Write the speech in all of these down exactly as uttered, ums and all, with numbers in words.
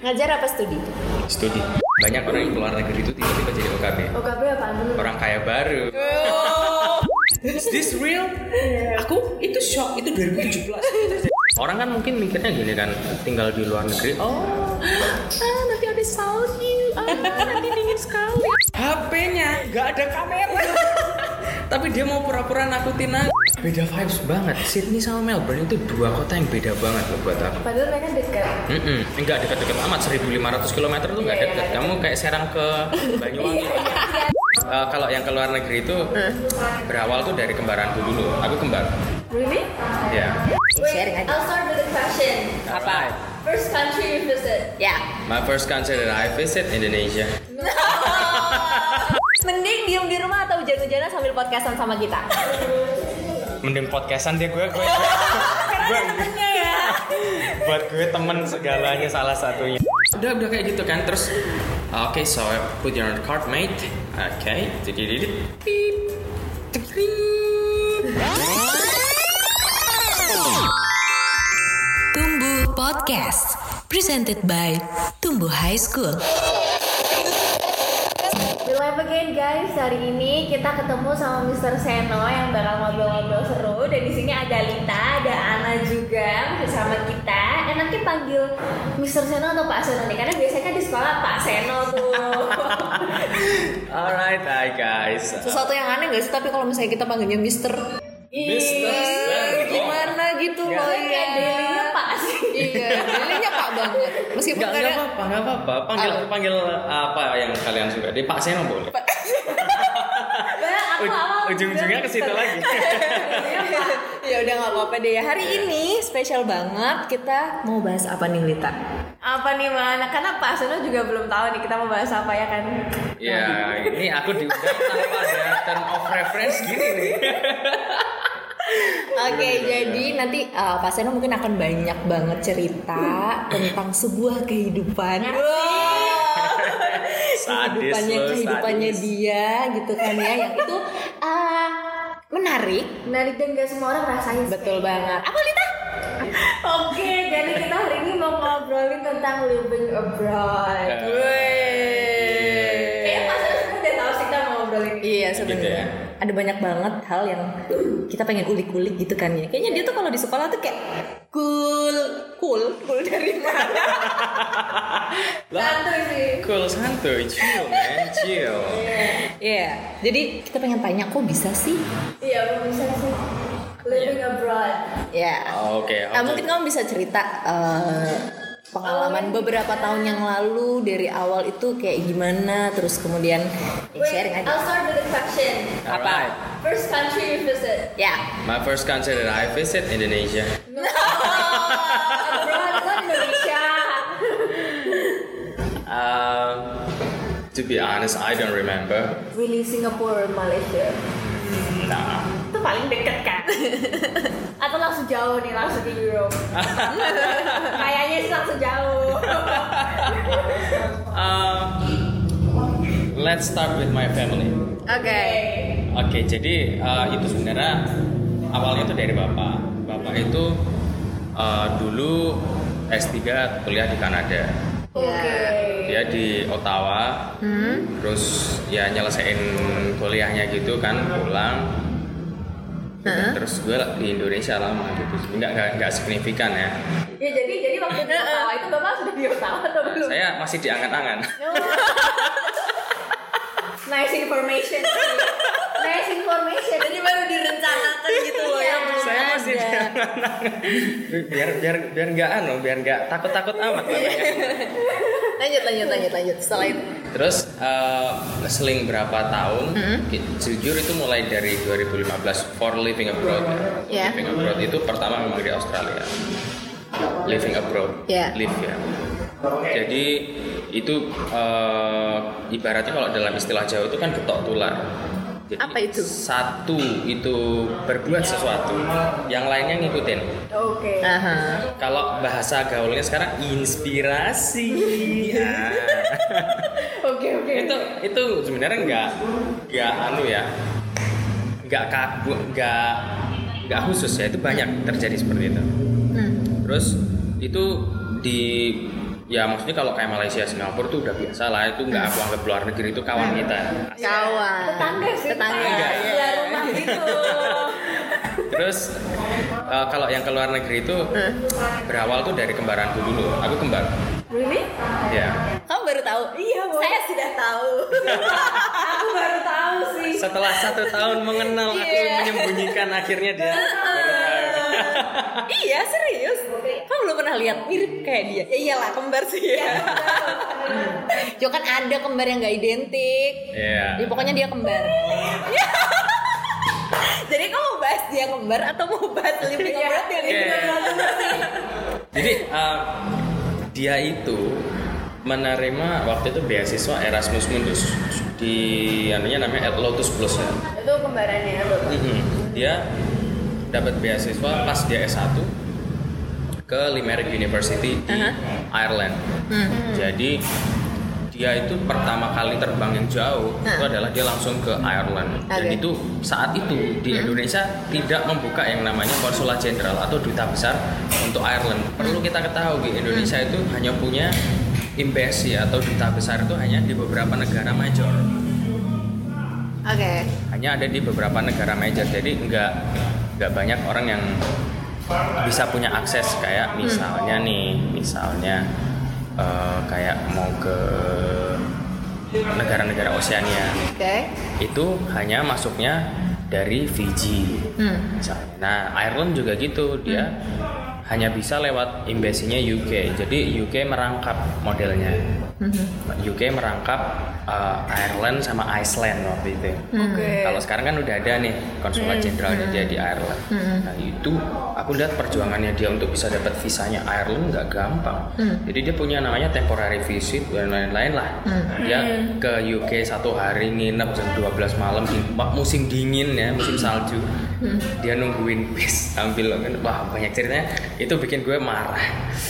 Ngajar apa studi? Studi. Banyak orang yang keluar negeri itu tiba-tiba jadi O K B. O K B apaan dulu? Orang kaya baru. Is this real? Aku itu shock, itu dua ribu tujuh belas. Orang kan mungkin mikirnya gini kan, tinggal di luar negeri. Oh, ah, nanti ada salju. Ah, nanti dingin sekali. H P-nya nggak ada kamera. Tapi dia mau pura-pura nakutin aku. Beda vibes banget. Sydney sama Melbourne itu dua kota yang beda banget loh buat aku. Padahal mereka dekat. Mm-mm. Enggak dekat-dekat amat, seribu lima ratus kilometer tuh nggak Iya, dekat. iya, Kamu kayak Serang ke Banyuwangi. Uh, kalau yang ke luar negeri itu berawal tuh dari kembaranku dulu. Aku kembar. Really? Ya. Wait, sharing aja. I'll start with a question. Apa? First country you visit? Ya. My first country that I visit Indonesia. Mending diem di rumah atau hujan-hujanan sambil podcastan sama kita. Mending podcastan dia gue gue. gue temennya ya. Buat gue temen segalanya salah satunya. Udah udah kayak gitu kan terus. Oke, okay, so put your card mate. Oke, okay. Jadi beep. Tumbuh Podcast presented by Tumbuh High School. We live again guys. Hari ini kita ketemu sama mister Seno yang bakal ngobrol-ngobrol seru. Dan di sini ada Lita, ada Ana juga bersama kita. Enaknya panggil mister Seno atau Pak Seno nih? Karena biasanya kan di sekolah Pak Seno tuh. Alright, hi guys. Sesuatu yang aneh nggak sih? Tapi kalau misalnya kita panggilnya Mister, Mister gimana gitu loh ya? Kayak dailynya Pak sih. Iya, dailynya Pak banget. Meskipun Enggak, enggak apa-apa, enggak apa-apa. Panggil Apa? panggil apa yang kalian suka. Di Pak Seno boleh. Bah, aku Uj- awal ujung-ujungnya ke situ lagi. ya udah nggak apa-apa deh ya. Hari ini spesial banget. Kita mau bahas apa nih, Lita? apa nih mana? Karena Pak Seno juga belum tahu nih kita mau bahas apa ya kan? Ya, ini aku diundang tanpa ada term of reference gini nih. Oke, jadi nanti uh, Pak Seno mungkin akan banyak banget cerita tentang sebuah kehidupan. Sadis kehidupannya loh, kehidupannya sadis. dia gitu kan ya, yang itu uh, menarik. Menarik dan gak semua orang rasain. Betul banget. Apa Lita? Oke, jadi kita hari ini mau ngobrolin tentang living abroad. Kayaknya Pak Seno sebenarnya udah tahu sih kita mau ngobrolin ini. Iya Gitu sebenarnya. ya. Ada banyak banget hal yang kita pengen ulik-ulik gitu kan ya. Kayaknya dia tuh kalau di sekolah tuh kayak cool, cool, cool dari mana? Santuy sih. Cool, santuy, chill man, chill. Iya. Jadi kita pengen tanya kok bisa sih? Iya, kok bisa sih living abroad. Ya. Oke, Nah, oke. mungkin kamu bisa cerita eh, pengalaman beberapa tahun yang lalu dari awal itu kayak gimana, terus kemudian ya, Wait, sharing aja. I'll start with a question. Alright. First country you visit? Ya. My first country that I visit Indonesia. No, abroad kan Indonesia. Um, to be honest, I don't remember. Really Singapore or Malaysia? Nah, Itu paling deket kan? Atau langsung jauh nih, langsung ke Europe? Kayaknya sih langsung jauh. um, let's start with my family. Oke. Oke, jadi uh, itu sebenarnya awalnya itu dari bapak. Bapak itu uh, dulu S tiga kuliah di Kanada. Oke. Dia di Ottawa, Hmm. terus ya nyelesain kuliahnya gitu kan, pulang. Heeh. Terus gue di Indonesia lama gitu, nggak nggak nggak signifikan ya. Ya jadi jadi waktu di Ottawa itu bapak sudah di Ottawa atau belum? Saya masih di angan-angan. Nice information. Nice information. Jadi baru direncanakan gitu loh ya. belum Saya masih di ada. angan-angan. Biar biar biar nggak anu, biar nggak takut-takut amat. Lanjut lanjut lanjut lanjut. Setelah itu. Terus uh, seling berapa tahun? Jujur itu mulai dari dua ribu lima belas for living abroad. Ya. Yeah. Living abroad itu pertama memang di Australia. Living abroad, Yeah. live ya. Jadi itu uh, ibaratnya kalau dalam istilah Jawa itu kan getok tular. Jadi Apa itu? Satu itu berbuat sesuatu, yang lainnya ngikutin. Oke. Aha. Kalau bahasa gaulnya sekarang inspirasi. Ya. Oke oke. itu itu sebenarnya nggak nggak anu ya, nggak kaku, nggak nggak khusus ya, itu banyak terjadi seperti itu. Hmm. Terus itu di Ya maksudnya kalau kayak Malaysia, Singapura tuh udah biasa lah, itu nggak aku anggap luar negeri, itu kawan kita. Kawan. Tetangga sih. Tetangga. Sebelah rumah gitu. Terus uh, kalau yang ke luar negeri itu berawal tuh dari kembaranku dulu. Aku kembar. Really? Ya. Kamu baru tahu? Iya, Bu. Saya sudah tahu. Aku baru tahu sih. Setelah satu tahun mengenal, aku Iya. menyembunyikan akhirnya dia baru tahu. Iya, serius. Kamu belum pernah lihat mirip kayak dia? Ya iyalah, kembar sih ya. Jo kan ada kembar yang nggak identik. Iya. Jadi pokoknya dia kembar. Jadi kamu mau bahas dia kembar atau mau bahas living abroad yang ini? Oke. Jadi uh, dia itu menerima waktu itu beasiswa Erasmus Mundus di anunya namanya Lotus Plus ya. Itu kembarannya ya, Bapak. Mhm. Dia dapat beasiswa pas dia S satu ke Limerick University di Uh-huh. Ireland. Hmm. Jadi dia itu pertama kali terbang yang jauh Uh. itu adalah dia langsung ke Ireland. Dan Okay. itu saat itu di Indonesia tidak membuka yang namanya konsulat jenderal atau duta besar untuk Ireland. Perlu kita ketahui Indonesia itu hanya punya embassy atau duta besar itu hanya di beberapa negara major. Oke. Hanya ada di beberapa negara major, jadi nggak nggak banyak orang yang bisa punya akses kayak misalnya nih misalnya eh, kayak mau ke negara-negara Oseania Oke. itu hanya masuknya dari Fiji Hmm. misalnya. Nah Ireland juga gitu, dia hanya bisa lewat embassy-nya U K, jadi U K merangkap modelnya. U K merangkap uh, Ireland sama Iceland waktu itu. Oke. Kalau sekarang kan udah ada nih konsulat jenderalnya dia di Ireland. Nah itu aku lihat perjuangannya dia untuk bisa dapat visanya Ireland nggak gampang. Jadi dia punya namanya temporary visit dan lain-lain lah. Dia ke U K satu hari nginep jam dua belas malam di musim dingin ya, musim salju. Dia nungguin bis sambil wah banyak ceritanya. Itu bikin gue marah.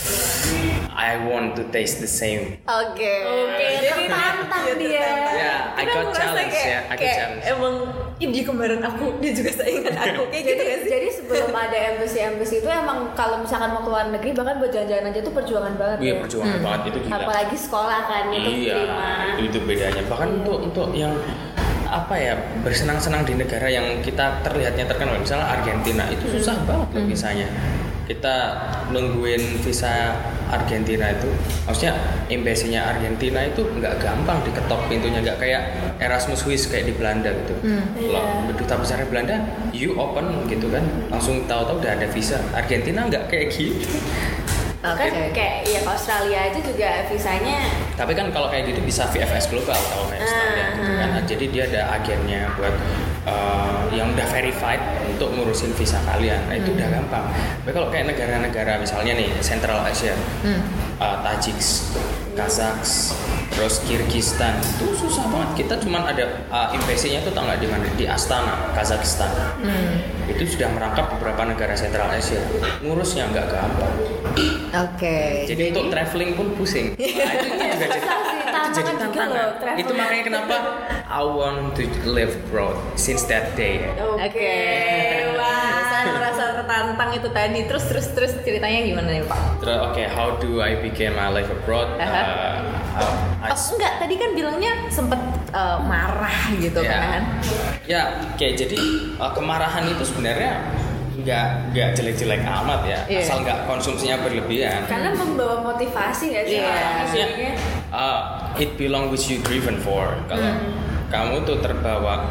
I want to taste the same. Oke. Oke, Jadi tantang dia. Ya, I Kita got merasa challenge kayak- ya, I got kayak challenge. Emang ini dia kembaran aku, dia juga saingan aku kayak gitu Jadi, gak sih? jadi sebelum ada embassy-embassy itu emang kalau misalkan mau keluar negeri bahkan buat jalan-jalan aja tuh perjuangan banget. Iya ya. perjuangan banget itu gila. Apalagi sekolah kan itu Iya, terima. itu, itu bedanya. Bahkan untuk untuk yang apa ya bersenang-senang di negara yang kita terlihatnya terkenal, misalnya Argentina itu susah banget loh visanya. Kita nungguin visa Argentina itu, maksudnya embassy-nya Argentina itu nggak gampang diketok pintunya, nggak kayak Erasmus Swiss kayak di Belanda gitu. Kalau duta besarnya Belanda, you open gitu kan, langsung tahu-tahu udah ada visa. Argentina nggak kayak gitu. Kan Oke. kayak ya ke Australia aja juga visanya Tapi kan kalau kayak gitu bisa V F S global kalau kayak Australia gitu kan. Jadi dia ada agennya buat uh, yang udah verified untuk ngurusin visa kalian. Nah itu udah gampang. Tapi kalau kayak negara-negara misalnya nih Central Asia, uh, Tajiks, Kazakhs, terus Kyrgyzstan itu susah banget. Kita cuman ada uh, embassy-nya tuh tau nggak di mana? Di Astana, Kazakhstan. Itu sudah merangkap beberapa negara Central Asia. Ngurusnya nggak gampang. Oke. Jadi untuk traveling pun pusing. Nah, itu, itu juga jadi, susah sih, itu tantangan jadi juga tantangan. loh, traveling. Itu makanya kenapa I want to live abroad since that day. Oke. Wah, saya merasa tertantang itu tadi. Terus terus terus ceritanya gimana nih, Pak? Terus oke, how do I became my life abroad? Aha. Uh, how I- Oh, enggak, tadi kan bilangnya sempet uh, marah gitu ya, kan. ya, oke. Jadi uh, kemarahan itu sebenarnya nggak nggak jelek-jelek amat ya, Iya. asal nggak konsumsinya berlebihan. karena membawa motivasi nggak sih? Iya. orang Maksudnya, jadinya? uh, it belong which you driven for. Kalau kamu tuh terbawa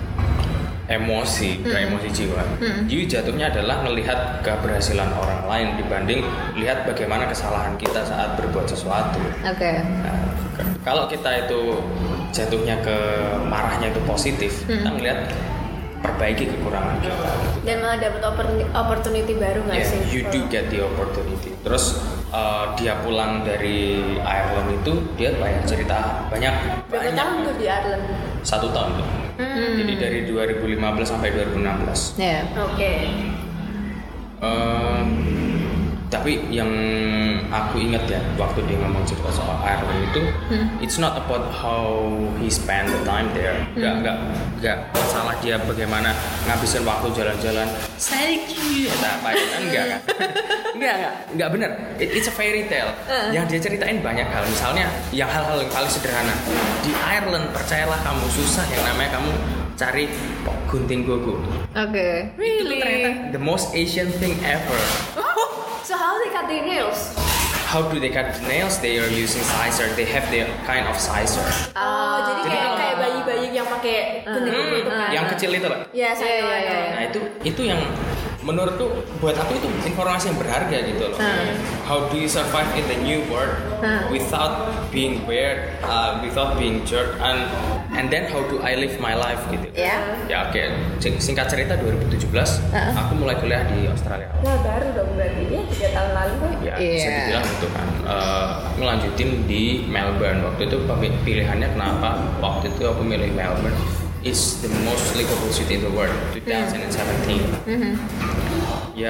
emosi, ke emosi jiwa, you jatuhnya adalah melihat keberhasilan orang lain dibanding lihat bagaimana kesalahan kita saat berbuat sesuatu. Oke. Nah, k- kalau kita itu jatuhnya ke marahnya itu positif, kita ngelihat perbaiki kekurangan kita. Gitu. Dan malah dapat opportunity, opportunity baru nggak Yeah, sih? you do get the opportunity. Terus uh, dia pulang dari Ireland itu dia banyak cerita, banyak Berapa banyak tahun tuh di Ireland? satu tahun tuh. Jadi dari dua ribu lima belas sampai dua ribu enam belas. Ya. Oke. Um, tapi yang aku ingat ya waktu dia ngomong cerita soal Ireland itu, hmm. it's not about how he spend the time there. Nggak hmm. nggak nggak masalah dia bagaimana ngabisin waktu jalan-jalan. Selfie atau apa ya kan enggak kan? Enggak enggak enggak benar. It, it's a fairy tale. Uh. Yang dia ceritain banyak hal. Misalnya yang hal-hal yang paling sederhana di Ireland, percayalah kamu, susah yang namanya kamu cari gunting kuku. Oke. Okay. Really? Itu ternyata the most Asian thing ever. So how they cut their nails? How do they cut the nails? They are using scissor. They have their kind of scissor. Oh, uh, jadi, jadi kayak kayak bayi-bayi yang pakai gunting kuku hmm, itu kan? Yang kecil itu loh. Iya, saya tahu. Nah itu itu yang menurutku buat aku itu informasi yang berharga gitu loh. Hmm. How do you survive in the new world hmm. without being weird, uh, without being jerked, and and then how do I live my life gitu. Yeah. Ya oke. Okay. Singkat cerita dua ribu tujuh belas uh-huh. aku mulai kuliah di Australia. Nah baru dong berarti ya tiga tahun lalu kan? Ya yeah. bisa dibilang itu kan. Uh, ngelanjutin di Melbourne waktu itu pilihannya kenapa? Waktu itu aku milih Melbourne. Is the most livable city in the world twenty seventeen. Mm-hmm. Ya,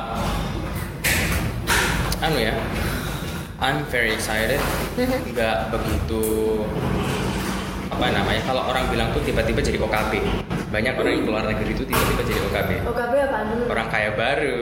anu ya, I'm very excited. Mm-hmm. Nggak begitu apa namanya? Kalau orang bilang tuh tiba-tiba jadi O K B. Banyak orang yang keluar negeri itu tiba-tiba jadi O K B. O K B apaan dulu? Orang kaya baru.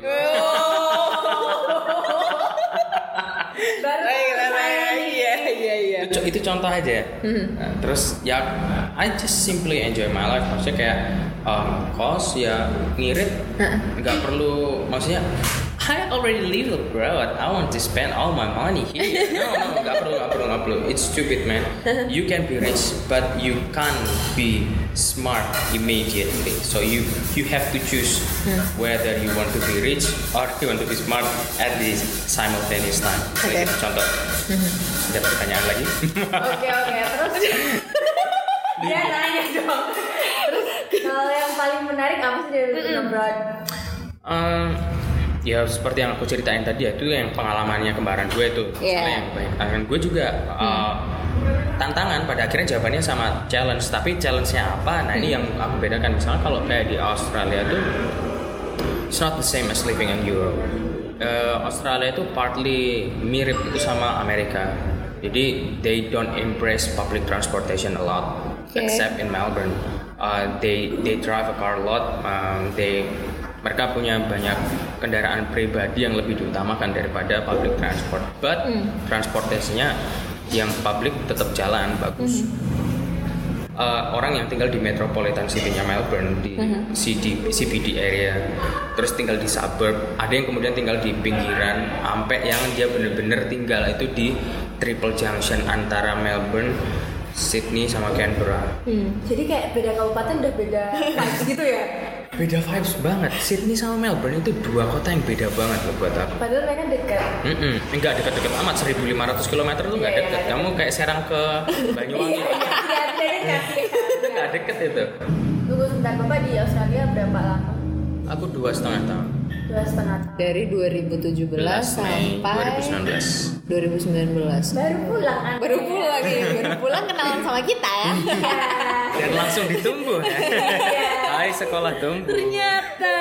Baru iya iya iya. Itu, itu contoh aja. Mm-hmm. Nah, terus ya I just simply enjoy my life. Maksudnya kayak um, kos ya ngirit, nggak perlu maksudnya I already live abroad. I want to spend all my money here. No no nggak perlu nggak perlu nggak perlu. It's stupid man. You can be rich but you can't be smart immediately. So you you have to choose whether you want to be rich or you want to be smart at the simultaneous time. Okay. Gitu, contoh. Ada pertanyaan lagi? Oke oke terus. Dia nanya dong. Terus kalau yang paling menarik apa sih dari living abroad? Um, ya seperti yang aku ceritain tadi ya, itu yang pengalamannya kembaran gue itu. Yeah. Yang baik. Dan gue juga uh, tantangan pada akhirnya jawabannya sama challenge. Tapi challenge-nya apa? Nah ini yang aku bedakan. Misalnya kalau kayak di Australia tuh it's not the same as living in Europe. Uh, Australia itu partly mirip itu sama Amerika. Jadi they don't embrace public transportation a lot, okay. except in Melbourne. Uh, they they drive a car a lot. Um, they mereka punya banyak kendaraan pribadi yang lebih diutamakan daripada public transport. But mm. transportasinya yang public tetap jalan bagus. Mm. Uh, orang yang tinggal di metropolitan city-nya Melbourne di mm-hmm. C D, C B D area, terus tinggal di suburb, ada yang kemudian tinggal di pinggiran, sampai yang dia bener-bener tinggal itu di triple junction antara Melbourne, Sydney sama Canberra. Hmm. Jadi kayak beda kabupaten udah beda vibes gitu ya? Beda vibes banget. Sydney sama Melbourne itu dua kota yang beda banget loh buat aku. Padahal mereka dekat. Mm-mm. Enggak dekat-dekat amat, seribu lima ratus kilometer tuh enggak yeah, dekat. Yeah, Kamu yeah. kayak Serang ke Banyuwangi. Iya, dekat. Enggak dekat itu. Tunggu sebentar, Bapak di Australia berapa lama? Aku dua setengah tahun. Dua setengah tahun. Dari dua ribu tujuh belas sampai dua ribu sembilan belas. dua ribu sembilan belas. Baru pulang kan? Baru pulang ya, baru pulang kenalan sama kita ya. Dan langsung ditunggu ya. Hai sekolah tunggu. Ternyata.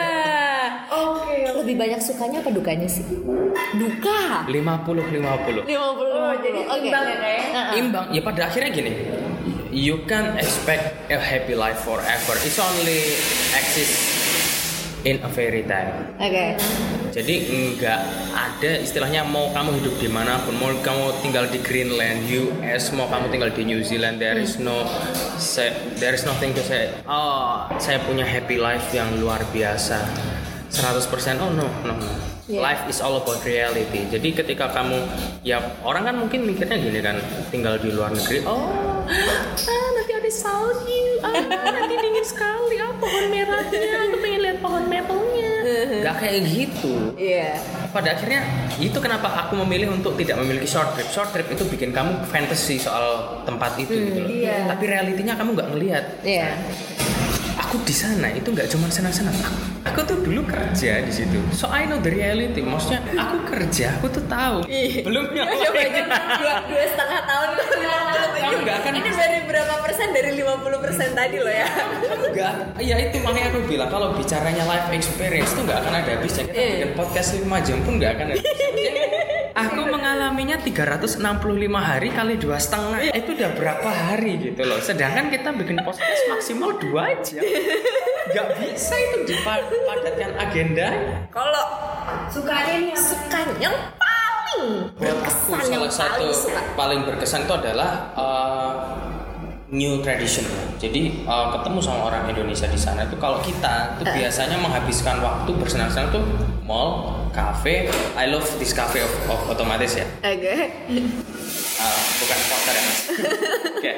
Oke. Okay. Lebih banyak sukanya apa dukanya sih? Duka. lima puluh lima puluh. lima puluh. Oh, jadi okay. imbang ya kayak? Uh-uh. Imbang. Ya pada akhirnya gini. You can't expect a happy life forever. It's only exist in a fairy tale. Oke. Okay. Jadi enggak ada istilahnya mau kamu hidup di manapun, mau kamu tinggal di Greenland, U S, mau kamu tinggal di New Zealand, there is no say, there is nothing to say. Oh, saya punya happy life yang luar biasa. seratus persen oh no, no. Yeah. Life is all about reality. Jadi ketika kamu ya orang kan mungkin mikirnya gini kan, tinggal di luar negeri, oh ah, nanti ada salju, ah, nanti dingin sekali, ah pohon merahnya, aku pengen lihat pohon maple-nya. Gak kayak gitu. Iya. Yeah. Pada akhirnya itu kenapa aku memilih untuk tidak memiliki short trip. Short trip itu bikin kamu fantasy soal tempat itu hmm, gitu loh. Yeah. Tapi realitinya kamu nggak ngelihat. Iya. Yeah. aku di sana itu nggak cuma senang-senang. Aku, aku tuh dulu kerja di situ. So I know the reality. Maksudnya aku kerja, aku tuh tahu. Belum nyobain. dua, dua setengah tahun Kamu nggak akan. Ini dari berapa persen dari lima puluh persen tadi loh ya? Enggak. Ya itu makanya aku bilang kalau bicaranya life experience tuh nggak akan ada habisnya. Kita Iya. bikin podcast lima jam pun nggak akan ada habisnya. Aku mengalaminya tiga ratus enam puluh lima hari kali dua setengah. Itu udah berapa hari gitu loh. Sedangkan kita bikin podcast maksimal dua jam. Gak bisa itu dipadatkan agenda. Kalau Sukanya nih apa? sukanya yang paling Buat aku berkesan, yang salah satu paling suka. paling berkesan itu adalah uh, new tradition. Jadi uh, ketemu sama orang Indonesia di sana itu kalau kita tuh biasanya menghabiskan waktu bersenang-senang tuh mall, cafe. I love this cafe of, of otomatis ya. Oke. Uh, bukan porter ya mas. Oke.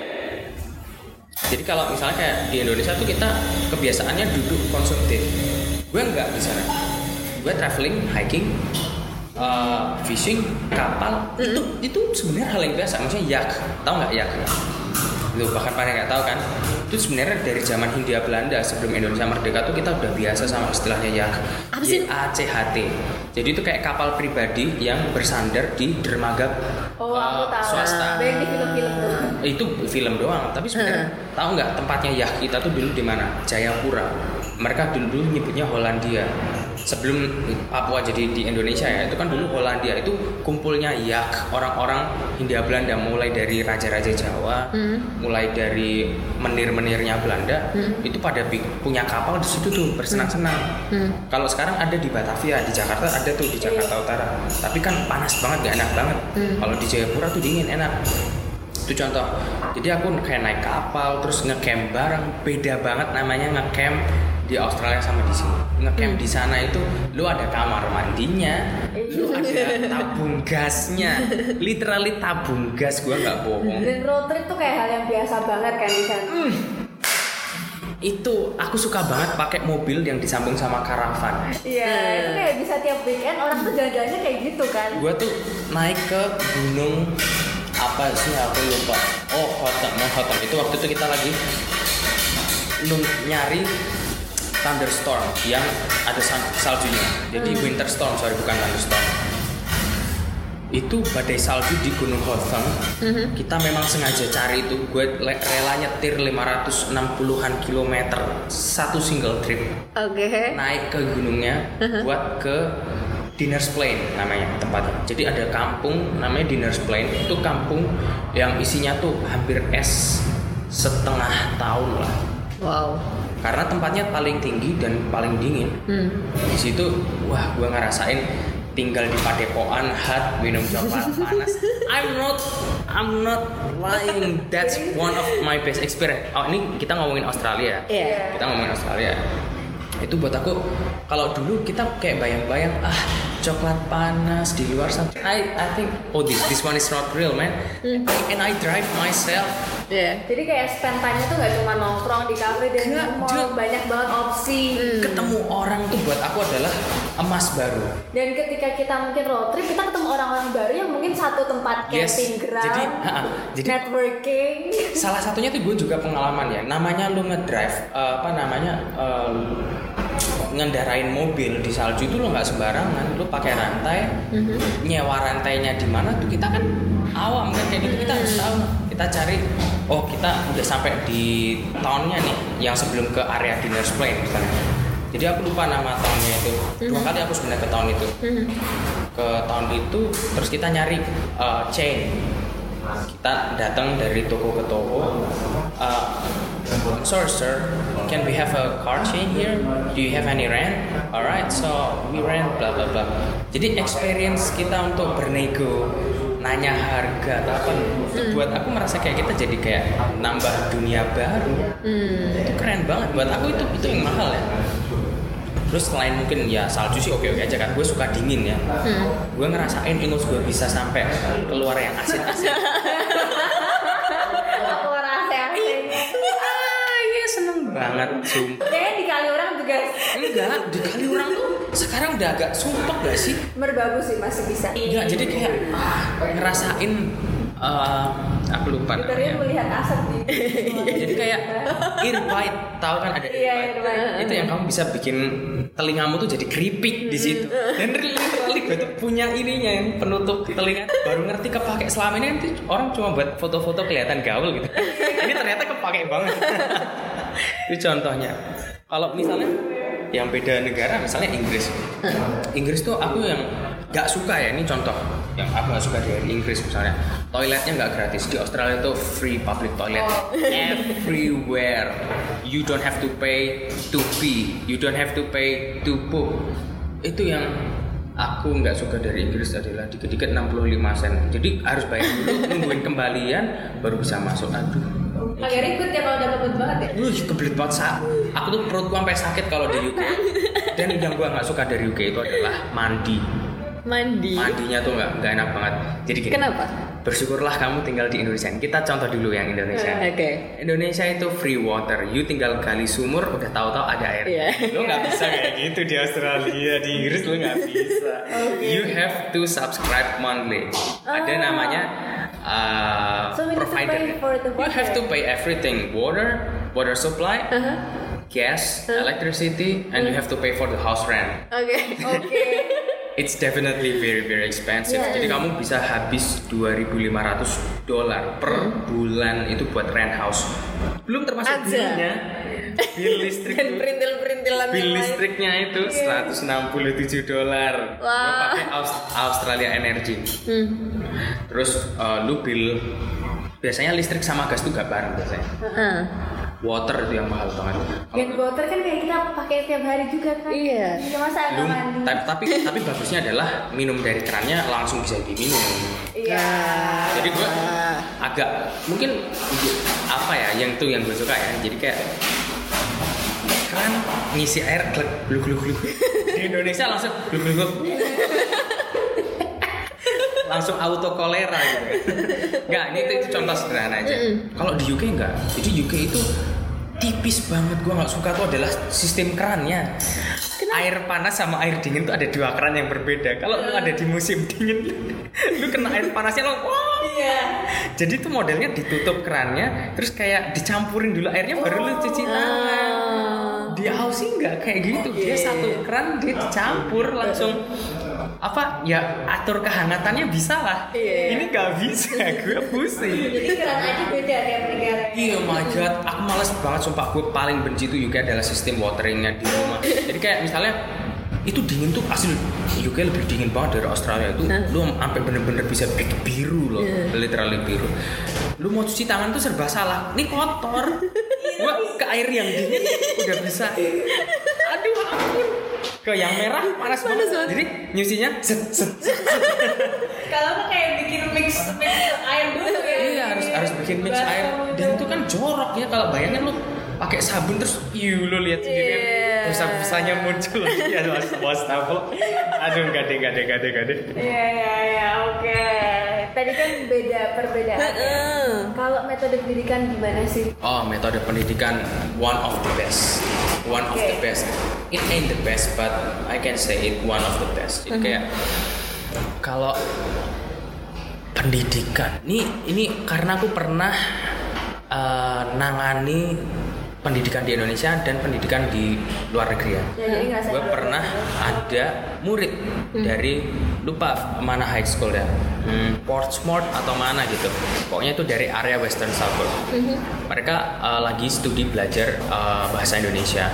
Jadi kalau misalnya kayak di Indonesia tuh kita kebiasaannya duduk konsumtif. Gue enggak di sana. Gue traveling, hiking, uh, fishing, kapal. Mm-hmm. Itu itu sebenarnya hal yang biasa. Maksudnya yak, tahu nggak yak? Lu bahkan pada nggak tahu kan? Itu sebenarnya dari zaman Hindia Belanda sebelum Indonesia merdeka tuh kita udah biasa sama istilahnya yak. Apa sih? Y A C H T. Jadi itu kayak kapal pribadi yang bersandar di dermaga Oh, aku uh, tahu. swasta. Banyak di film-film tuh. Itu film doang, tapi sebenarnya tahu nggak tempatnya yah kita tuh dulu di mana? Jayapura. Mereka dulu, dulu nyebutnya Hollandia. Sebelum Papua jadi di Indonesia ya, itu kan dulu Hollandia itu kumpulnya yak orang-orang Hindia Belanda mulai dari raja-raja Jawa, Hmm. mulai dari menir-menirnya Belanda, Hmm. itu pada bi- punya kapal di situ tuh bersenang-senang. Hmm. Kalau sekarang ada di Batavia, di Jakarta ada tuh di Jakarta Utara. Tapi kan panas banget, gak enak banget. Hmm. Kalau di Jayapura tuh dingin, enak. Itu contoh. Jadi aku kayak naik kapal terus ngecamp bareng. Beda banget namanya ngecamp di Australia sama di sini. Ngecamp di sana itu lu ada kamar mandinya, lu ada tabung gasnya. Literally tabung gas, gua nggak bohong. Dan road trip tuh kayak hal yang biasa banget kan di sana. Itu aku suka banget pakai mobil yang disambung sama karavan. Iya, itu kayak bisa tiap weekend orang tuh jalan-jalannya kayak gitu kan. Gua tuh naik ke gunung apa sih aku lupa. Oh, Hotem, Mount Hotem. Itu waktu itu kita lagi lu nyari thunderstorm yang ada sal- saljunya. Jadi winter storm, sorry bukan thunderstorm. Itu badai salju di Gunung Hotem. Kita memang sengaja cari itu. Gue le- rela nyetir lima ratus enam puluhan kilometer satu single trip Oke. naik ke gunungnya buat ke Diners Plain namanya tempatnya. Jadi ada kampung namanya Diners Plain. Itu kampung yang isinya tuh hampir es setengah tahun lah. Wow. Karena tempatnya paling tinggi dan paling dingin. Hmm. Di situ, wah, gue ngerasain tinggal di padepokan, hot, minum coklat panas. I'm not, I'm not lying. That's one of my best experience. Oh, ini kita ngomongin Australia. Iya. Kita ngomongin Australia. Itu buat aku, kalau dulu kita kayak bayang-bayang, ah, coklat panas di luar sana. I, I think, oh this, this one is not real, man. And I drive myself. Iya. Jadi kayak spend time-nya tuh gak cuma nongkrong di cafe dan di Enggak, mall, Jun. banyak banget opsi. Ketemu orang tuh buat aku adalah emas baru. Dan ketika kita mungkin road trip, kita ketemu orang-orang baru yang mungkin satu tempat Yes. camping ground, Jadi, ha-ha. Jadi- networking. Salah satunya tuh gue juga pengalaman ya. Namanya lu ngedrive, eh, apa namanya, eh, ngendarain mobil di salju itu lo nggak sembarangan. Lu pakai rantai, nyewa rantainya di mana tuh kita kan awam kan kayak gitu, kita harus tahu. Kita cari, oh kita udah sampai di townnya nih, yang sebelum ke area Diners Plain misalnya. Jadi aku lupa nama townnya itu. Dua kali aku sebenarnya ke town itu. Ke town itu, terus kita nyari eh, chain. Kita datang dari toko ke toko. Uh, sorry sir, can we have a car chain here? Do you have any rent? Alright, so we rent bla bla bla. Jadi experience kita untuk bernego, nanya harga atau apa, itu buat aku merasa kayak kita jadi kayak nambah dunia baru. Itu keren banget buat aku, itu itu yang mahal ya. Terus selain mungkin ya salju sih oke oke aja kan, gue suka dingin ya. Gue ngerasain ingus gue bisa sampai keluar yang asin-asin. Aku rasa Ah iya seneng banget, sumpah. kayaknya di kali orang juga Enggak, di kali orang tuh sekarang udah agak sumpah gak sih? merbabu sih masih bisa. Enggak, jadi kayak ah, ngerasain uh, aku lupa Victoria namanya. melihat asap di. Jadi kayak earbite, tahu kan ada Iya, earbite. earbite. Itu yang kamu bisa bikin telingamu tuh jadi keripik di situ. Dan literally gue tuh punya ininya yang penutup telinga. Baru ngerti kepake selama ini nanti orang cuma buat foto-foto kelihatan gaul gitu. Ini ternyata kepake banget. Itu contohnya. Kalau misalnya yang beda negara, misalnya Inggris. Inggris tuh aku yang gak suka ya, ini contoh yang aku gak suka dari Inggris misalnya. Toiletnya gak gratis. Di Australia tuh free public toilet everywhere. You don't have to pay to pee. You don't have to pay to poop. Itu yang aku nggak suka dari Inggris adalah dikit-dikit enam puluh lima sen. Jadi harus bayar dulu, nungguin kembalian baru bisa masuk. Aduh. Agak ribet ya kalau udah kebut banget ya. Wih, kebelet banget sa. Aku tuh perutku sampai sakit kalau di U K. Dan yang gua nggak suka dari U K itu adalah mandi. Mandi. Mandinya tuh nggak nggak enak banget. Jadi gini. Kenapa? Bersyukurlah kamu tinggal di Indonesia. Kita contoh dulu yang Indonesia. Oke. Okay. Indonesia itu free water. You tinggal gali sumur, udah tahu-tahu ada air. Yeah. Lo nggak bisa kayak gitu di Australia, di Inggris lo nggak bisa. Okay. You have to subscribe monthly. Ada namanya uh, So we need to provider. pay for the You have water. to pay everything: water, water supply, Uh-huh. gas, electricity, and you have to pay for the house rent. Oke. Oke. It's definitely very very expensive. Yeah. Jadi kamu bisa habis dua ribu lima ratus dolar per bulan itu buat rent house. Belum termasuk Aja. bilnya. Bil listrik Dan tuh. perintil-perintilan Bil yang lain. listriknya itu seratus enam puluh tujuh dolar. Gua Wah. pakai Aus- Australia Energy. Hmm. Terus uh, lu bil biasanya listrik sama gas tuh gak bareng biasanya. Heeh. Water itu yang mahal banget. Dan water kan kayak kita pakai tiap hari juga kan. Iya. Iya masa Lu, nggak mandi. tapi, tapi tapi bagusnya adalah minum dari kerannya langsung bisa diminum. Iya. Jadi gue agak mungkin apa ya yang tuh yang gue suka ya. Jadi kayak kan ngisi air gluk gluk gluk gluk. Di Indonesia langsung gluk gluk gluk. Langsung auto kolera gitu kan. Enggak, ini itu, itu contoh sederhana aja. Kalau di U K enggak. Jadi U K itu tipis banget. Gue nggak suka tuh adalah sistem kerannya. Air panas sama air dingin tuh ada dua keran yang berbeda. Kalau lu ada di musim dingin, lu kena air panasnya lo, wah. Iya. Jadi tuh modelnya ditutup kerannya, terus kayak dicampurin dulu airnya baru lu cuci tangan. Di Aussie nggak kayak gitu, dia satu keran dia dicampur langsung apa ya atur kehangatannya bisa lah. Iya. Ini nggak bisa, gue pusing. Jadi keran aja beda tiap negara. Iya my god, aku males banget sumpah. Gue paling benci tuh U K adalah sistem wateringnya di rumah. Jadi kayak misalnya itu dingin tuh asli U K lebih dingin banget dari Australia itu. Lu sampai bener-bener bisa bikin biru loh, literally biru. Lu mau cuci tangan tuh serba salah. Ini kotor. Gua ke air yang dingin udah bisa. Aduh ampun. Ke yang merah panas banget. Jadi nyucinya set set. set. Kalau mah kayak bikin mix mix air dulu ya. Iya harus harus bikin mix Basah air udah. dan itu kan jorok ya kalau bayangin lu pakai sabun terus iu lu lihat sendiri Iya. busa-busanya muncul ya wastafel. Aduh gade gade gade gade. Iya iya iya oke. Tadi kan beda perbedaan. Heeh. Kalau metode pendidikan gimana sih? Oh metode pendidikan one of the best, one of the Oke. best. It ain't the best but I can say it one of the best. Jadi kayak kalau pendidikan, ini ini karena aku pernah uh, nangani pendidikan di Indonesia dan pendidikan di luar negeri ya. Ya, jadi ngerasain Gue dua-duanya. pernah ada murid dari lupa mana high school ya, hmm, Portsmouth atau mana gitu. Pokoknya itu dari area Western Suburb. Mereka uh, lagi studi belajar uh, bahasa Indonesia.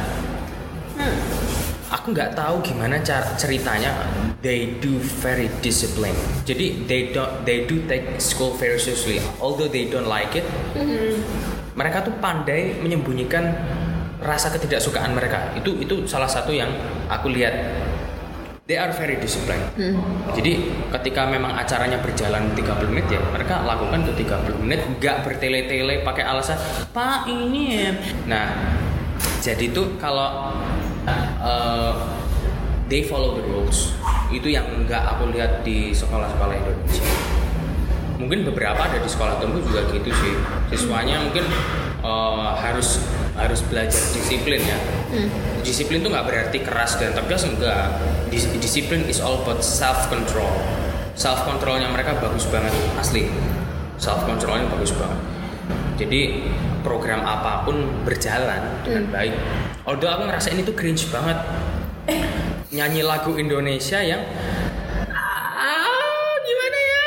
Aku nggak tahu gimana cara ceritanya. They do very disciplined. Jadi they don't they do take school very seriously. Although they don't like it, mereka tuh pandai menyembunyikan rasa ketidaksukaan mereka. Itu itu salah satu yang aku lihat. They are very disciplined. Jadi ketika memang acaranya berjalan tiga puluh menit ya, mereka lakukan tuh tiga puluh menit, nggak bertele-tele pakai alasan Pak ini ya. Nah, jadi tuh kalau uh, they follow the rules, itu yang nggak aku lihat di sekolah-sekolah Indonesia. Mungkin beberapa ada di sekolah tentu juga gitu sih. Siswanya mungkin uh, harus harus belajar disiplin ya. Disiplin tuh nggak berarti keras dan tegas, enggak. Dis- disiplin is all about self control. Self controlnya mereka bagus banget asli. self controlnya bagus banget. Jadi program apapun berjalan dengan hmm. baik. Although aku ngerasain itu cringe banget. Nyanyi lagu Indonesia yang ah, gimana ya?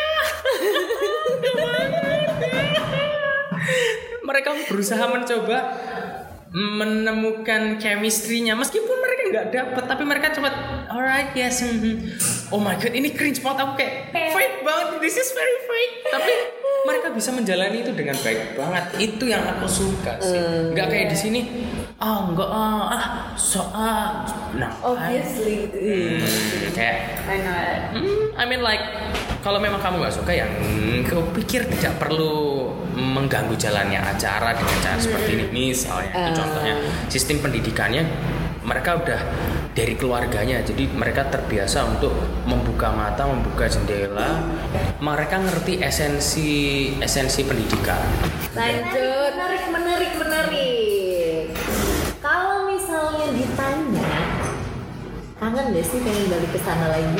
Mereka berusaha mencoba menemukan chemistry-nya meskipun mereka nggak dapet, tapi mereka cepat alright yes. Oh my god, ini cringe banget, aku kayak fake banget, this is very fake. Tapi mereka bisa menjalani itu dengan baik banget. Itu yang aku suka sih. Nggak kayak di sini. Ah enggak ah, ah so ah. Nah, obviously. Hmm, kayak I know it. Hmm, I mean like kalau memang kamu nggak suka ya, hmm, kau pikir tidak perlu mengganggu jalannya acara dengan cara hmm. seperti ini. Misalnya, uh. itu contohnya sistem pendidikannya mereka udah dari keluarganya, jadi mereka terbiasa untuk membuka mata, membuka jendela. Mereka ngerti esensi esensi pendidikan. Lanjut, menarik, menarik, menarik. Kalau misalnya ditanya, kangen gak sih pengen balik ke sana lagi?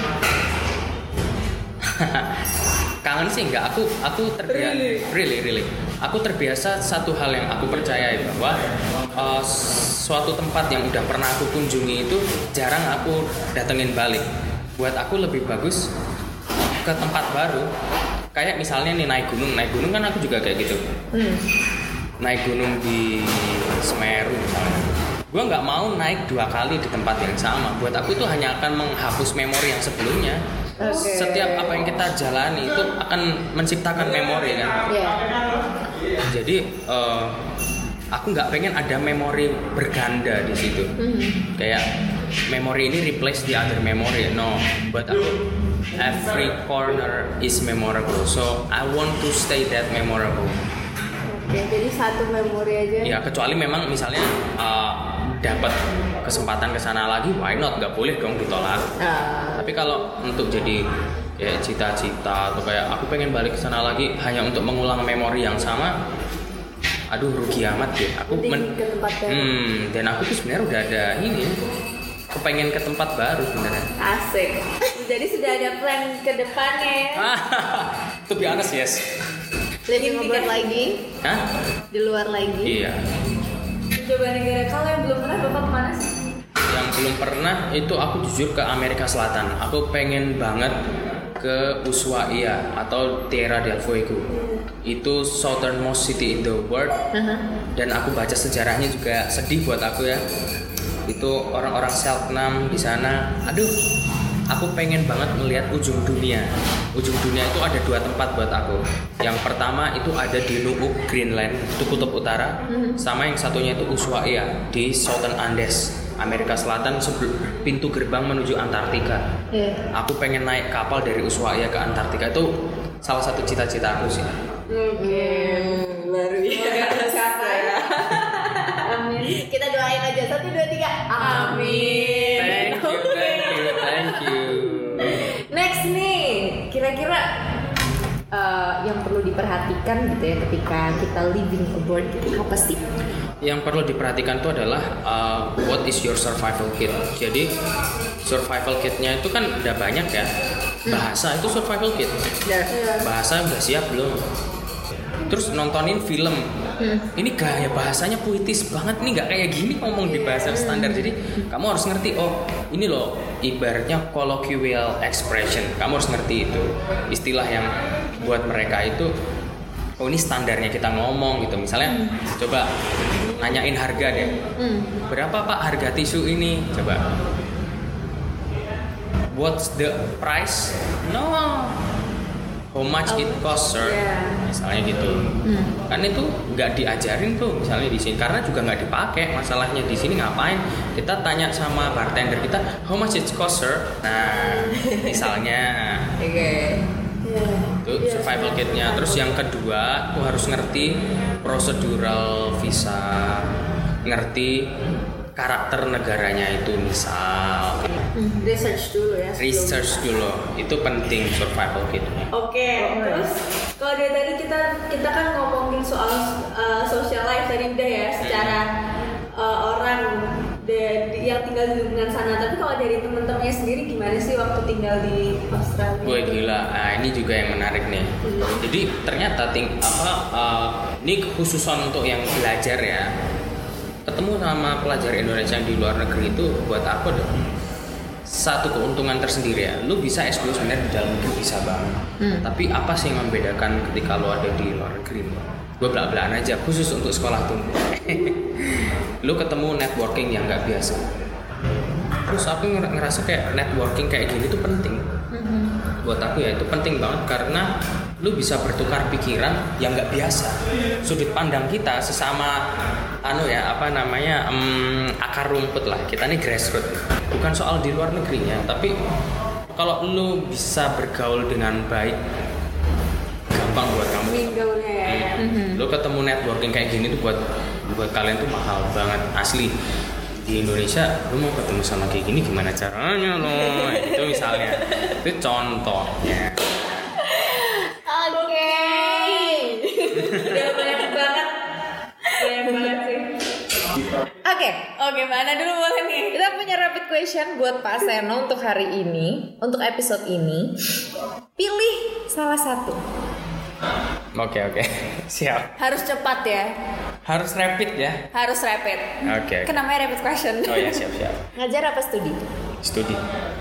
Kangen sih enggak, aku aku terbiasa really? really really aku terbiasa satu hal yang aku percaya bahwa uh, suatu tempat yang udah pernah aku kunjungi itu jarang aku datengin balik. Buat aku lebih bagus ke tempat baru, kayak misalnya nih naik gunung naik gunung kan aku juga kayak gitu. hmm. Naik gunung di Semeru misalnya, gue nggak mau naik dua kali di tempat yang sama. Buat aku itu hanya akan menghapus memori yang sebelumnya. Okay. Setiap apa yang kita jalani itu akan menciptakan memori kan. Yeah. Jadi uh, aku nggak pengen ada memori berganda di situ. Mm-hmm. Kayak memori ini replace the other memory. No, but aku every corner is memorable. So I want to stay that memorable. Oke, jadi satu memori aja. Ya kecuali memang misalnya uh, dapat kesempatan ke sana lagi, why not? Gak boleh dong ditolak. Uh. Tapi kalau untuk jadi kayak cita-cita atau kayak aku pengen balik ke sana lagi hanya untuk mengulang memori yang sama, aduh rugi amat deh. Aku men- ke tempat baru. Hmm, dan aku tuh sebenarnya udah ada ini, kepengen ke tempat baru sebenarnya. Asik. Jadi sudah ada plan ke depannya ya. To be honest, yes. Lebih ngobrol lagi? Hah? Di luar lagi? Iya. Coba negara kalau yang belum pernah Bapak kemana sih? Yang belum pernah itu aku jujur ke Amerika Selatan. Aku pengen banget ke Ushuaia atau Tierra del Fuego. Hmm. Itu southernmost city in the world. Uh-huh. Dan aku baca sejarahnya juga sedih buat aku ya. Itu orang-orang Selknam di sana. Aduh, aku pengen banget melihat ujung dunia. Ujung dunia itu ada dua tempat buat aku. Yang pertama itu ada di Nuuk, Greenland, itu kutub utara. Mm-hmm. Sama yang satunya itu Ushuaia di Southern Andes, Amerika Selatan, sebelum pintu gerbang menuju Antartika. Yeah. Aku pengen naik kapal dari Ushuaia ke Antartika. Itu salah satu cita-cita aku sih. Oke, okay. Luar biasa. Amin. Kita doain aja, satu dua tiga. Amin. Thank you, thank you, thank you. Next nih, kira-kira uh, yang perlu diperhatikan gitu ya ketika kita living abroad gitu, apa sih? Yang perlu diperhatikan itu adalah uh, what is your survival kit. Jadi survival kitnya itu kan udah banyak ya. Bahasa itu survival kit. Bahasa udah siap belum? Terus nontonin film. Hmm. Ini gaya bahasanya puitis banget nih, nggak kayak gini ngomong di bahasa standar. Jadi kamu harus ngerti, oh ini loh ibaratnya colloquial expression. Kamu harus ngerti itu istilah yang buat mereka itu, oh ini standarnya kita ngomong gitu. Misalnya hmm. coba nanyain harga deh, hmm. berapa pak harga tisu ini? Coba, what's the price? No, how much it costs, sir? Yeah. Misalnya gitu, hmm. kan itu nggak diajarin tuh misalnya di sini karena juga nggak dipakai. Masalahnya di sini ngapain? Kita tanya sama bartender kita, how much it costs, sir? Nah, misalnya, okay. yeah. itu yeah. survival kitnya. Terus yang kedua, tuh harus ngerti prosedural visa, ngerti karakter negaranya itu misal. Hmm, research dulu ya. Research dulu, itu penting survival kit. Oke, okay, terus kalau dari tadi kita kita kan ngomongin soal uh, social life tadi udah ya, secara uh, orang de, de, yang tinggal tinggal di lingkungan sana. Tapi kalau dari temen-temennya sendiri gimana sih waktu tinggal di Australia? Gue gila. Nah, ini juga yang menarik nih. Hmm. Jadi ternyata ting apa uh, ini khususan untuk yang belajar ya. Ketemu sama pelajar Indonesia yang di luar negeri itu buat aku ada satu keuntungan tersendiri ya. Lu bisa S dua sebenarnya di dalam negeri bisa banget. Hmm. Tapi apa sih yang membedakan ketika lu ada di luar negeri? Gue belak-belakan aja khusus untuk sekolah tumbuh. Lu ketemu networking yang nggak biasa. Terus aku ngerasa kayak networking kayak gini tuh penting. Mm-hmm. Buat aku ya itu penting banget karena lu bisa bertukar pikiran yang nggak biasa. Sudut pandang kita sesama anu ya apa namanya um, akar rumput lah. Kita ini grassroots. Bukan soal di luar negerinya, tapi kalau lu bisa bergaul dengan baik, gampang buat kamu. Minggunya ya. Hmm. Lu ketemu networking kayak gini tuh buat buat kalian tuh mahal banget asli. Di Indonesia lu mau ketemu sama kayak gini gimana caranya lo? Itu misalnya. Itu contohnya. Oke. Udah banyak banget. Banyak banget sih. Oke, oke, mana dulu boleh nih? Kita punya rapid question buat Pak Seno untuk hari ini, untuk episode ini. Pilih salah satu. Oke oke, siap. Harus cepat ya. Harus rapid ya. Harus rapid. Oke. Kan namanya rapid question. Oh ya siap siap. Ngajar apa studi? Studi.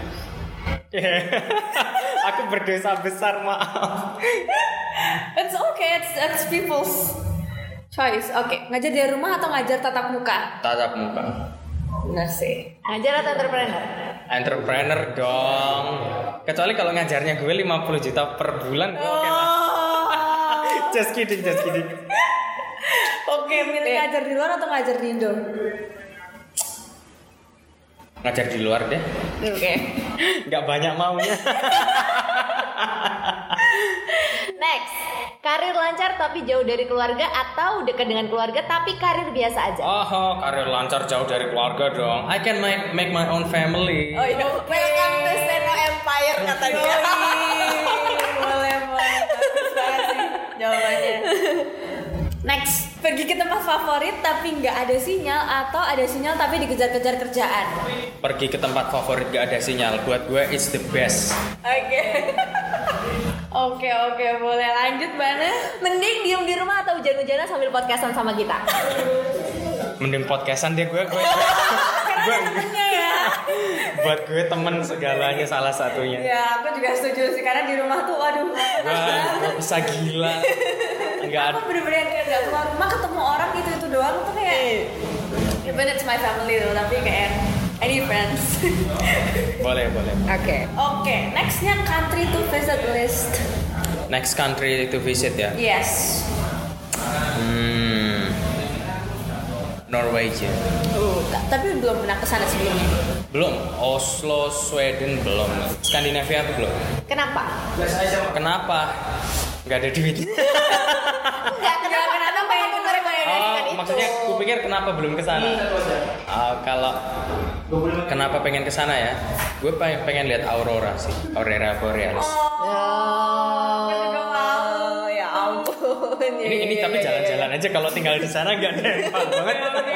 Aku berdosa besar maaf. It's okay, it's, it's people's choice. Oke, okay. Ngajar dari rumah atau ngajar tatap muka? Tatap muka. Benar sih. Ngajar atau entrepreneur? Entrepreneur dong. Kecuali kalau ngajarnya gue lima puluh juta per bulan gue oke lah. Just kidding, just kidding. Oke, milih ngajar di luar atau ngajar di Indo? Ngajar di luar deh. Oke. Okay. Nggak banyak maunya. Next, karir lancar tapi jauh dari keluarga atau dekat dengan keluarga tapi karir biasa aja? Oh, karir lancar jauh dari keluarga dong. I can make, make my own family. Oh iya, okay. Welcome to Seno Empire kata dia. Boleh, boleh. Bagus banget sih jawabannya. Next, pergi ke tempat favorit tapi nggak ada sinyal atau ada sinyal tapi dikejar-kejar kerjaan. Pergi ke tempat favorit gak ada sinyal. Buat gue it's the best. Oke. Oke oke boleh lanjut mana? Mending diem di rumah atau hujan-hujanan sambil podcastan sama kita? Mending podcastan dia gue gue. Karena temennya ya. Buat gue temen segalanya salah satunya. Ya aku juga setuju sih karena di rumah tuh waduh. Wah, gue bisa gila. Enggak ada. Aku bener-bener kayak gak keluar rumah ketemu orang itu itu doang tuh kayak. Even it's my family tuh tapi kayak I need friends. Boleh boleh. Oke. Oke, okay, nextnya country to visit list. Next country to visit ya. Yes. Hmm. Norwegia. Uh, tapi belum pernah kesana sebelumnya. Belum. Oslo, Sweden belum. Skandinavia aku belum. Kenapa? Kenapa? Gak ada duit. Enggak, kenapa? Kenapa pengen merekomendasikan Oh, itu? maksudnya aku pikir kenapa belum kesana? Uh, kalau kenapa pengen kesana ya? Gue pengen, pengen lihat aurora sih, aurora borealis. Oh, juga mau. ya ampun. Ini ini tapi jalan-jalan aja kalau tinggal di sana gak ada yang paham banget.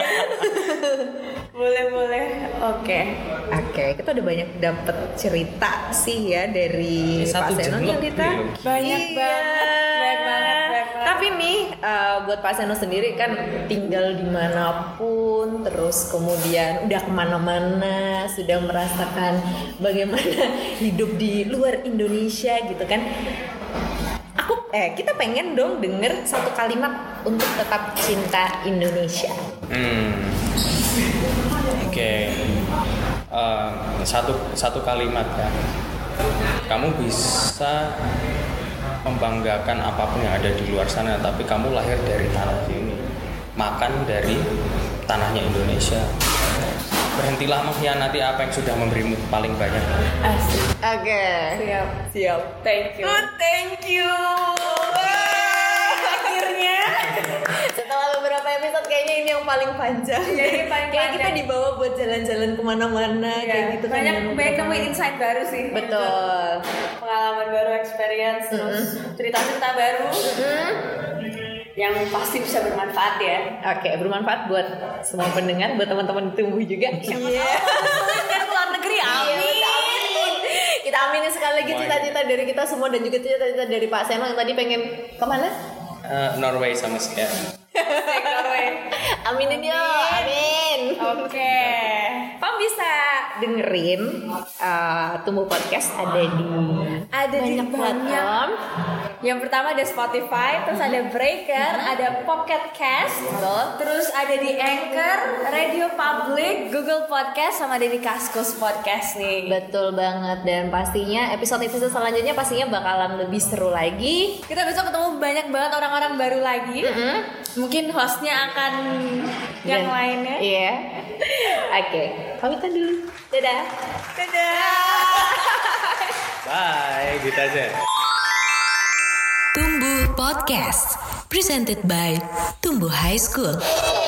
Boleh boleh. Oke. Oke, kita udah banyak dapet cerita sih ya dari Eh, satu Pak Seno jam nih, lebih Lita. loh. Banyak Iya. banget, banyak banget, banyak banget. Tapi nih uh, buat Pak Seno sendiri kan tinggal dimanapun, terus kemudian udah kemana-mana, sudah merasakan bagaimana hidup di luar Indonesia gitu kan. Aku eh kita pengen dong denger satu kalimat untuk tetap cinta Indonesia. Hmm. Oke. Okay. Uh, satu satu kalimat ya. Kamu bisa membanggakan apapun yang ada di luar sana, tapi kamu lahir dari tanah ini, makan dari tanahnya Indonesia. Berhentilah mengkhianati apa yang sudah memberimu paling banyak. Asik. Oke. Siap. Siap. Thank you. Oh, thank you. Akhirnya. Setelah beberapa episode kayaknya ini yang paling panjang. Ya, ini paling Kayak kita panjang. dibawa buat jalan-jalan kemana-mana Ya, kayak gitu kan. banyak banyak nemuin insight baru sih. Betul. Pengalaman baru, experience, terus cerita-cerita baru. Hmm. yang pasti bisa bermanfaat ya. Oke, bermanfaat buat semua pendengar, buat teman-teman tumbuh juga. Iya. Kan luar negeri, amin. Kita aminin sekali lagi cita-cita dari kita semua dan juga cita-cita dari Pak Seno yang tadi pengen kemana? Uh, Norway sama Skia. Norway. Aminin yuk, amin. Oke. Kamu bisa Dengerin uh, Tumbuh Podcast ada di ada di banyak platform. Yang pertama ada Spotify, terus ada Breaker, ada Pocket Cast, terus ada di Anchor, Radio Public, Google Podcast, sama ada di Kaskus Podcast nih. Betul banget, dan pastinya episode-episode selanjutnya pastinya bakalan lebih seru lagi. Kita besok ketemu banyak banget orang-orang baru lagi. Mm-hmm. Mungkin hostnya akan yang Dan, lainnya. Iya. Oke, pamitan dulu. Dadah. Dadah. Bye, gitu aja. Tumbuh Podcast, presented by Tumbuh High School.